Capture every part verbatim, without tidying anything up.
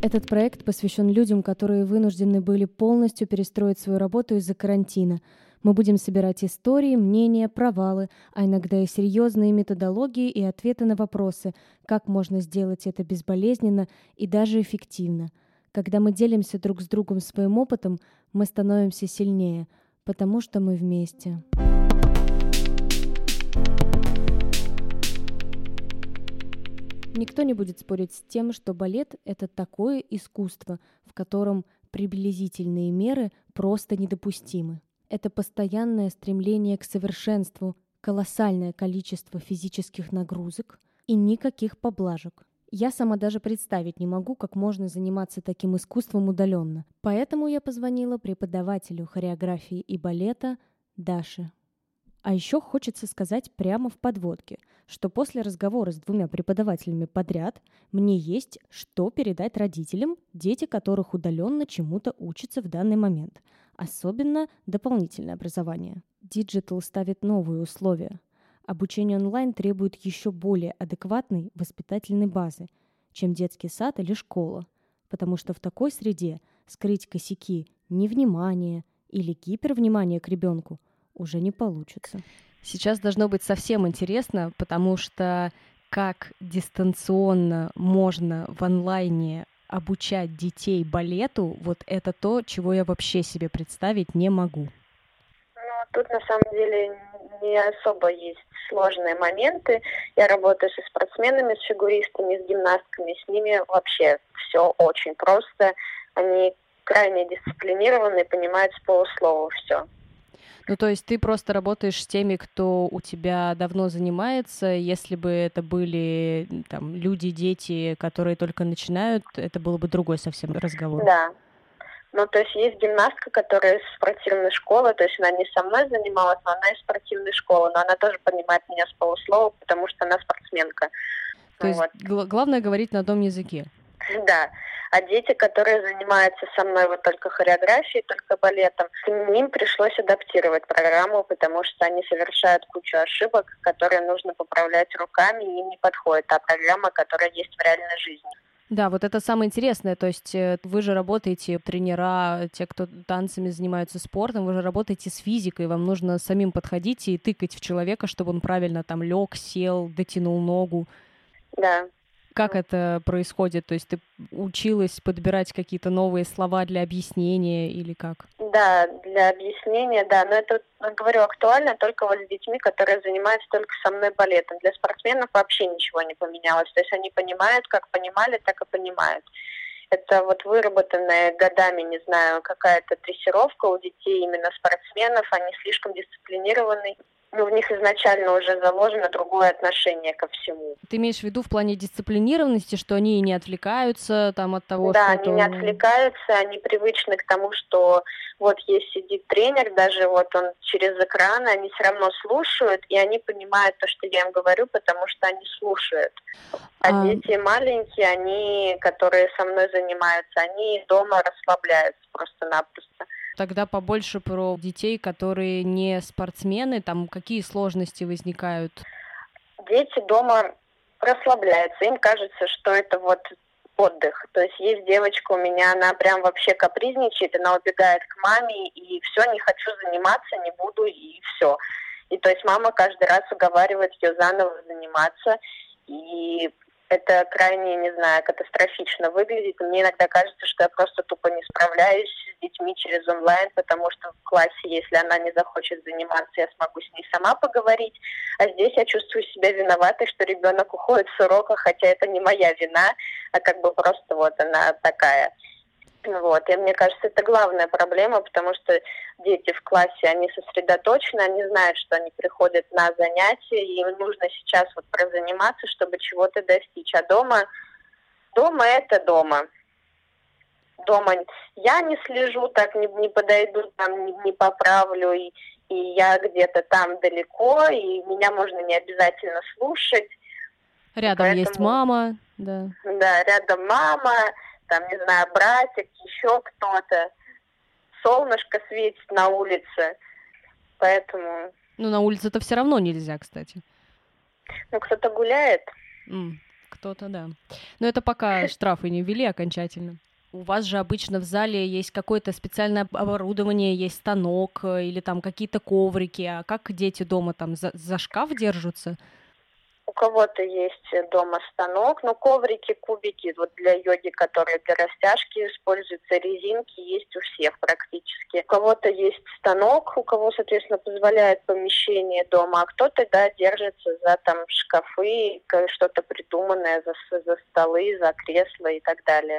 Этот проект посвящен людям, которые вынуждены были полностью перестроить свою работу из-за карантина. Мы будем собирать истории, мнения, провалы, а иногда и серьезные методологии и ответы на вопросы, как можно сделать это безболезненно и даже эффективно. Когда мы делимся друг с другом своим опытом, мы становимся сильнее, потому что мы вместе. Никто не будет спорить с тем, что балет — это такое искусство, в котором приблизительные меры просто недопустимы. Это постоянное стремление к совершенству, колоссальное количество физических нагрузок и никаких поблажек. Я сама даже представить не могу, как можно заниматься таким искусством удаленно. Поэтому я позвонила преподавателю хореографии и балета Даше. А еще хочется сказать прямо в подводке, что после разговора с двумя преподавателями подряд мне есть что передать родителям, дети которых удаленно чему-то учатся в данный момент, особенно дополнительное образование. Digital ставит новые условия. Обучение онлайн требует еще более адекватной воспитательной базы, чем детский сад или школа, потому что в такой среде скрыть косяки невнимания или гипервнимания к ребенку уже не получится. Сейчас должно быть совсем интересно, потому что как дистанционно можно в онлайне обучать детей балету, вот это то, чего я вообще себе представить не могу. Ну, тут на самом деле не особо есть сложные моменты. Я работаю со спортсменами, с фигуристами, с гимнастками, с ними вообще все очень просто. Они крайне дисциплинированы, понимают с полуслова все. Ну, то есть ты просто работаешь с теми, кто у тебя давно занимается. Если бы это были там люди, дети, которые только начинают, это был бы другой совсем разговор. Да. Ну, то есть есть гимнастка, которая из спортивной школы, то есть она не со мной занималась, но она из спортивной школы, но она тоже понимает меня с полуслова, потому что она спортсменка. То есть вот. г- главное говорить на одном языке. Да. А дети, которые занимаются со мной вот только хореографией, только балетом, к ним пришлось адаптировать программу, потому что они совершают кучу ошибок, которые нужно поправлять руками, и им не подходит та программа, которая есть в реальной жизни. Да, вот это самое интересное, то есть вы же работаете, тренера, те, кто танцами занимаются, спортом, вы же работаете с физикой, вам нужно самим подходить и тыкать в человека, чтобы он правильно там лег, сел, дотянул ногу. Да. Как это происходит? То есть ты училась подбирать какие-то новые слова для объяснения или как? Да, для объяснения, да. Но это, говорю, актуально только вот с детьми, которые занимаются только со мной балетом. Для спортсменов вообще ничего не поменялось. То есть они понимают, как понимали, так и понимают. Это вот выработанная годами, не знаю, какая-то дрессировка у детей, именно спортсменов. Они слишком дисциплинированы. Ну, в них изначально уже заложено другое отношение ко всему. Ты имеешь в виду в плане дисциплинированности, что они не отвлекаются там от того, да, что... Да, они не отвлекаются, они привычны к тому, что вот есть сидит тренер, даже вот он через экран, они все равно слушают, и они понимают то, что я им говорю, потому что они слушают. А, а... дети маленькие, они, которые со мной занимаются, они дома расслабляются просто-напросто. Тогда побольше про детей, которые не спортсмены, там какие сложности возникают? Дети дома расслабляются, им кажется, что это вот отдых. То есть есть девочка у меня, она прям вообще капризничает, она убегает к маме, и все, не хочу заниматься, не буду, и все. И то есть мама каждый раз уговаривает ее заново заниматься, и это крайне, не знаю, катастрофично выглядит. Мне иногда кажется, что я просто тупо не справляюсь с детьми через онлайн, потому что в классе, если она не захочет заниматься, я смогу с ней сама поговорить. А здесь я чувствую себя виноватой, что ребенок уходит с урока, хотя это не моя вина, а как бы просто вот она такая. Вот. И мне кажется, это главная проблема, потому что дети в классе, они сосредоточены, они знают, что они приходят на занятия, и им нужно сейчас вот прозаниматься, чтобы чего-то достичь. А дома, дома это дома. Дома я не слежу, так не, не подойду, там не, не поправлю, и, и я где-то там далеко, и меня можно не обязательно слушать. Рядом поэтому, есть мама, да. Да, рядом мама, там, не знаю, братик, еще кто-то. Солнышко светит на улице, поэтому... Ну, на улице-то все равно нельзя, кстати. Ну, кто-то гуляет. Mm. кто-то, да. Но это пока штрафы не ввели окончательно. У вас же обычно в зале есть какое-то специальное оборудование, есть станок или там какие-то коврики. А как дети дома там за, за шкаф держатся? У кого-то есть дома станок, но коврики, кубики вот для йоги, которые для растяжки используются, резинки есть у всех практически. У кого-то есть станок, у кого, соответственно, позволяет помещение дома, а кто-то, да, держится за там шкафы, что-то придуманное, за, за столы, за кресла и так далее.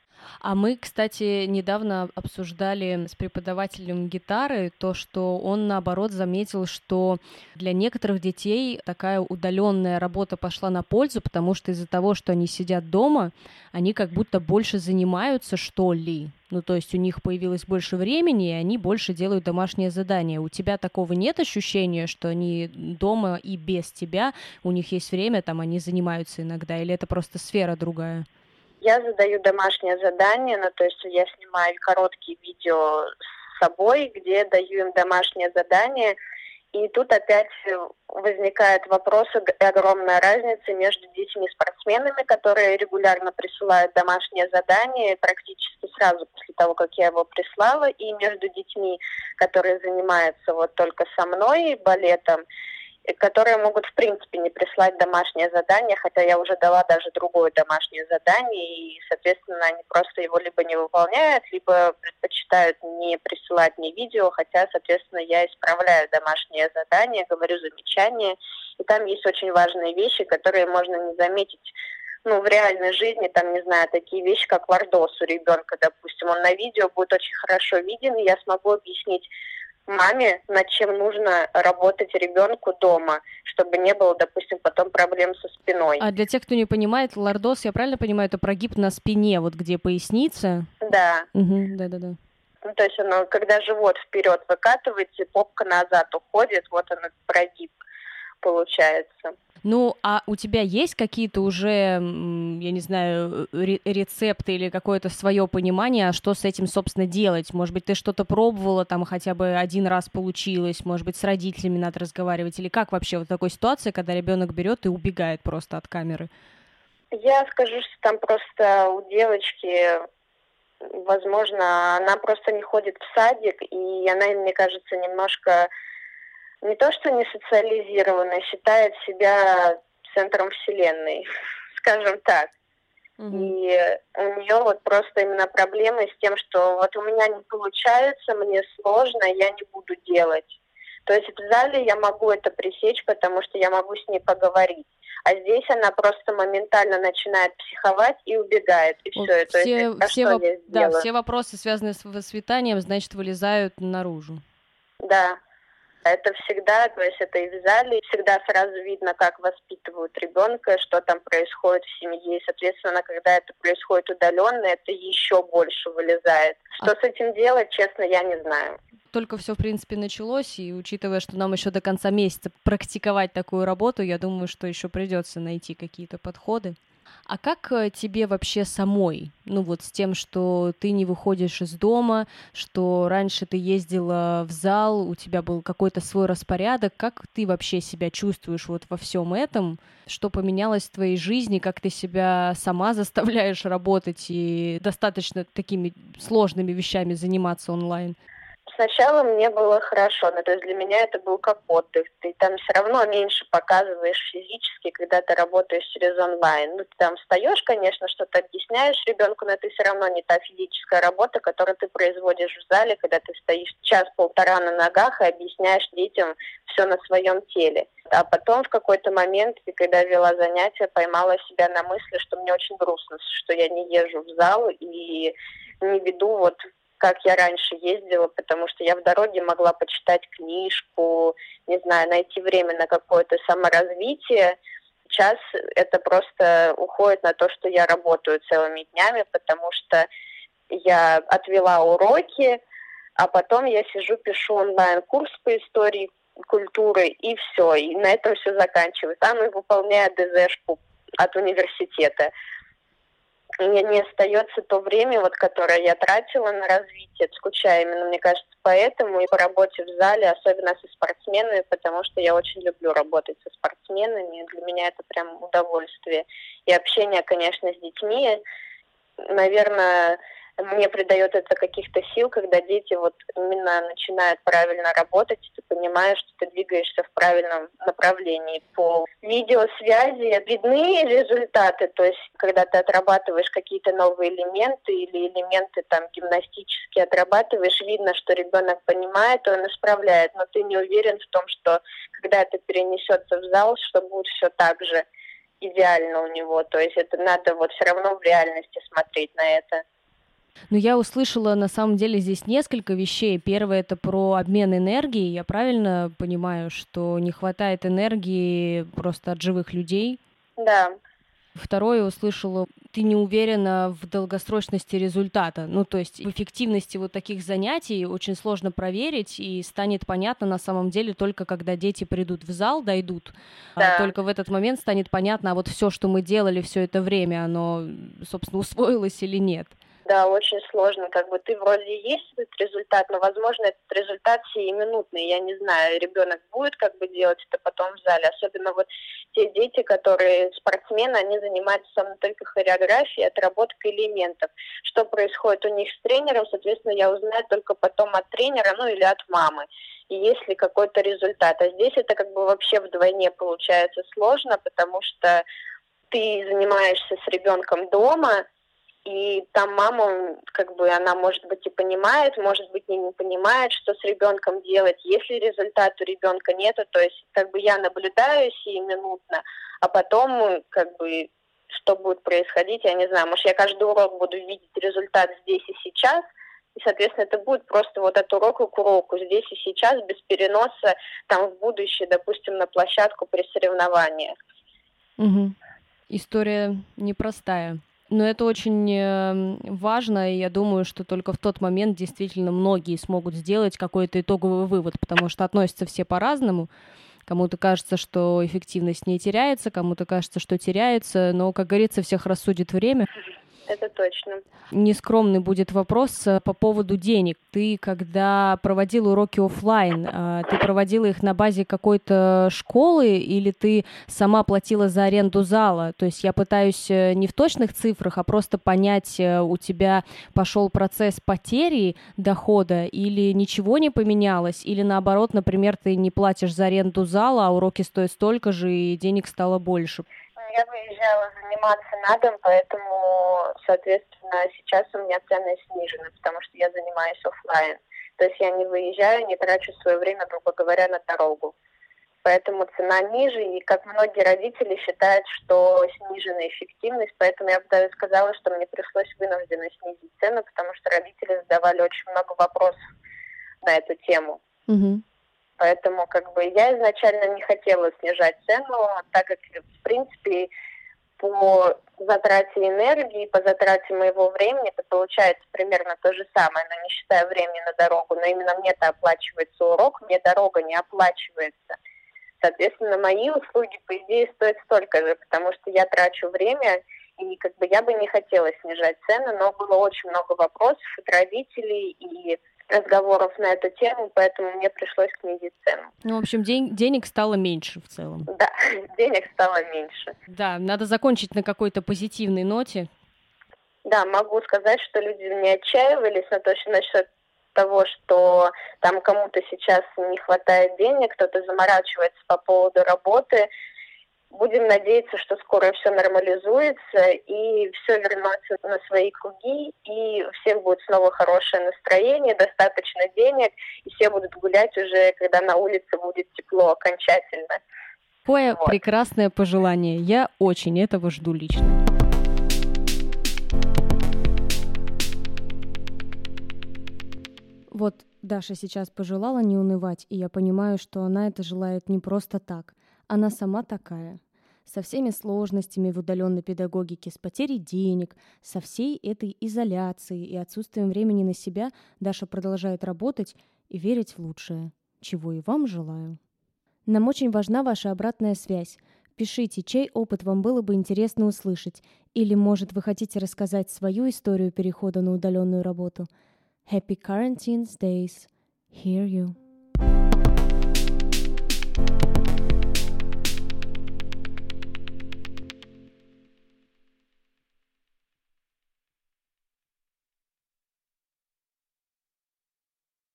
А мы, кстати, недавно обсуждали с преподавателем гитары то, что он, наоборот, заметил, что для некоторых детей такая удаленная работа пошла на пользу, потому что из-за того, что они сидят дома, они как будто больше занимаются, что ли. Ну, то есть у них появилось больше времени, и они больше делают домашнее задание. У тебя такого нет ощущения, что они дома и без тебя, у них есть время, там они занимаются иногда, или это просто сфера другая? Я задаю домашнее задание, ну, то есть я снимаю короткие видео с собой, где даю им домашнее задание, и тут опять возникает вопрос, огромная разница между детьми-спортсменами, которые регулярно присылают домашнее задание практически сразу после того, как я его прислала, и между детьми, которые занимаются вот только со мной балетом, которые могут, в принципе, не прислать домашнее задание, хотя я уже дала даже другое домашнее задание, и, соответственно, они просто его либо не выполняют, либо предпочитают не присылать мне видео, хотя, соответственно, я исправляю домашнее задание, говорю замечания, и там есть очень важные вещи, которые можно не заметить, ну, в реальной жизни, там, не знаю, такие вещи, как лордоз у ребенка, допустим, он на видео будет очень хорошо виден, и я смогу объяснить маме, над чем нужно работать ребенку дома, чтобы не было, допустим, потом проблем со спиной. А для тех, кто не понимает, лордоз, я правильно понимаю, это прогиб на спине, вот где поясница? Да. Угу, да-да-да. Ну, то есть оно, когда живот вперед выкатывается, попка назад уходит, вот он прогиб получается. Ну, а у тебя есть какие-то уже, я не знаю, рецепты или какое-то свое понимание, что с этим, собственно, делать? Может быть, ты что-то пробовала, там хотя бы один раз получилось, может быть, с родителями надо разговаривать, или как вообще в такой ситуации, когда ребенок берет и убегает просто от камеры? Я скажу, что там просто у девочки, возможно, она просто не ходит в садик, и она, мне кажется, немножко не то что не социализированная, считает себя центром вселенной, скажем так. Mm-hmm. И у нее вот просто именно проблемы с тем, что вот у меня не получается, мне сложно, я не буду делать. То есть в зале я могу это пресечь, потому что я могу с ней поговорить. А здесь она просто моментально начинает психовать и убегает, и вот все. все, То есть, а все, что воп- я да, сделаю? все вопросы, связанные с воспитанием, значит, вылезают наружу. Да. Это всегда, то есть это и в зале, всегда сразу видно, как воспитывают ребенка, что там происходит в семье. И, соответственно, когда это происходит удаленно, это еще больше вылезает. Что а... с этим делать, честно, я не знаю. Только все, в принципе, началось, и учитывая, что нам еще до конца месяца практиковать такую работу, я думаю, что еще придется найти какие-то подходы. А как тебе вообще самой, ну вот с тем, что ты не выходишь из дома, что раньше ты ездила в зал, у тебя был какой-то свой распорядок, как ты вообще себя чувствуешь вот во всем этом? Что поменялось в твоей жизни, как ты себя сама заставляешь работать и достаточно такими сложными вещами заниматься онлайн? Сначала мне было хорошо, но то есть для меня это был как отдых. Ты там все равно меньше показываешь физически, когда ты работаешь через онлайн. Ну, ты там встаешь, конечно, что-то объясняешь ребенку, но это все равно не та физическая работа, которую ты производишь в зале, когда ты стоишь час-полтора на ногах и объясняешь детям все на своем теле. А потом в какой-то момент, когда вела занятия, поймала себя на мысли, что мне очень грустно, что я не езжу в зал и не веду вот как я раньше ездила, потому что я в дороге могла почитать книжку, не знаю, найти время на какое-то саморазвитие. Сейчас это просто уходит на то, что я работаю целыми днями, потому что я отвела уроки, а потом я сижу, пишу онлайн-курс по истории культуры, и все, и на этом все заканчивается. Там и выполняю ДЗшку от университета. мне не остается то время, вот, которое я тратила на развитие, скучаю именно, мне кажется, поэтому и по работе в зале, особенно со спортсменами, потому что я очень люблю работать со спортсменами, для меня это прям удовольствие. И общение, конечно, с детьми, наверное, мне придает это каких-то сил, когда дети вот именно начинают правильно работать, и ты понимаешь, что ты двигаешься в правильном направлении. По видеосвязи видны результаты, то есть когда ты отрабатываешь какие-то новые элементы или элементы там гимнастические отрабатываешь, видно, что ребенок понимает, он исправляет, но ты не уверен в том, что когда это перенесется в зал, что будет все так же идеально у него. То есть это надо вот все равно в реальности смотреть на это. Ну, я услышала, на самом деле, здесь несколько вещей. Первое — это про обмен энергией. Я правильно понимаю, что не хватает энергии просто от живых людей? Да. Второе, услышала, ты не уверена в долгосрочности результата. Ну, то есть в эффективности вот таких занятий очень сложно проверить, и станет понятно на самом деле только когда дети придут в зал, дойдут. Да. Только в этот момент станет понятно, а вот все, что мы делали все это время, оно, собственно, усвоилось или нет. Да, очень сложно. Как бы ты вроде есть этот результат, но, возможно, этот результат сиюминутный. Я не знаю, ребенок будет как бы делать это потом в зале. Особенно вот те дети, которые спортсмены, они занимаются самой только хореографией, отработкой элементов. Что происходит у них с тренером, соответственно, я узнаю только потом от тренера, ну или от мамы. И есть ли какой-то результат. А здесь это как бы вообще вдвойне получается сложно, потому что ты занимаешься с ребенком дома, и там мама, как бы, она, может быть, и понимает, может быть, и не понимает, что с ребенком делать. Если результата у ребенка нету, то есть, как бы, я наблюдаю сиюминутно, а потом, как бы, что будет происходить, я не знаю. Может, я каждый урок буду видеть результат здесь и сейчас, и, соответственно, это будет просто вот от урока к уроку, здесь и сейчас, без переноса, там, в будущее, допустим, на площадку при соревнованиях. Угу. История непростая. Но это очень важно, и я думаю, что только в тот момент действительно многие смогут сделать какой-то итоговый вывод, потому что относятся все по-разному. Кому-то кажется, что эффективность не теряется, кому-то кажется, что теряется, но, как говорится, всех рассудит время. Это точно. Нескромный будет вопрос по поводу денег. Ты, когда проводила уроки офлайн, ты проводила их на базе какой-то школы или ты сама платила за аренду зала? То есть я пытаюсь не в точных цифрах, а просто понять, у тебя пошел процесс потери дохода или ничего не поменялось, или наоборот, например, ты не платишь за аренду зала, а уроки стоят столько же и денег стало больше. Я выезжала заниматься на дом, поэтому, соответственно, сейчас у меня цены снижены, потому что я занимаюсь офлайн. То есть я не выезжаю, не трачу свое время, грубо говоря, на дорогу. Поэтому цена ниже, и как многие родители считают, что снижена эффективность, поэтому я бы даже сказала, что мне пришлось вынужденно снизить цену, потому что родители задавали очень много вопросов на эту тему. Угу. Поэтому как бы я изначально не хотела снижать цену, так как, в принципе, по затрате энергии, по затрате моего времени это получается примерно то же самое, но не считая времени на дорогу. Но именно мне-то оплачивается урок, мне дорога не оплачивается. Соответственно, мои услуги, по идее, стоят столько же, потому что я трачу время, и как бы я бы не хотела снижать цены, но было очень много вопросов от родителей и разговоров на эту тему, поэтому мне пришлось снизить цену. Ну, в общем, день, денег стало меньше в целом. Да, денег стало меньше. Да, надо закончить на какой-то позитивной ноте. Да, могу сказать, что люди не отчаивались на то, что насчет того, что там кому-то сейчас не хватает денег, кто-то заморачивается по поводу работы. Будем надеяться, что скоро все нормализуется и все вернется на свои круги, и у всех будет снова хорошее настроение, достаточно денег, и все будут гулять уже, когда на улице будет тепло окончательно. Какое вот. Прекрасное пожелание. Я очень этого жду лично. Вот Даша сейчас пожелала не унывать, и я понимаю, что она это желает не просто так. Она сама такая. Со всеми сложностями в удаленной педагогике, с потерей денег, со всей этой изоляцией и отсутствием времени на себя Даша продолжает работать и верить в лучшее, чего и вам желаю. Нам очень важна ваша обратная связь. Пишите, чей опыт вам было бы интересно услышать, или, может, вы хотите рассказать свою историю перехода на удаленную работу. Happy Quarantine Days. Hear you.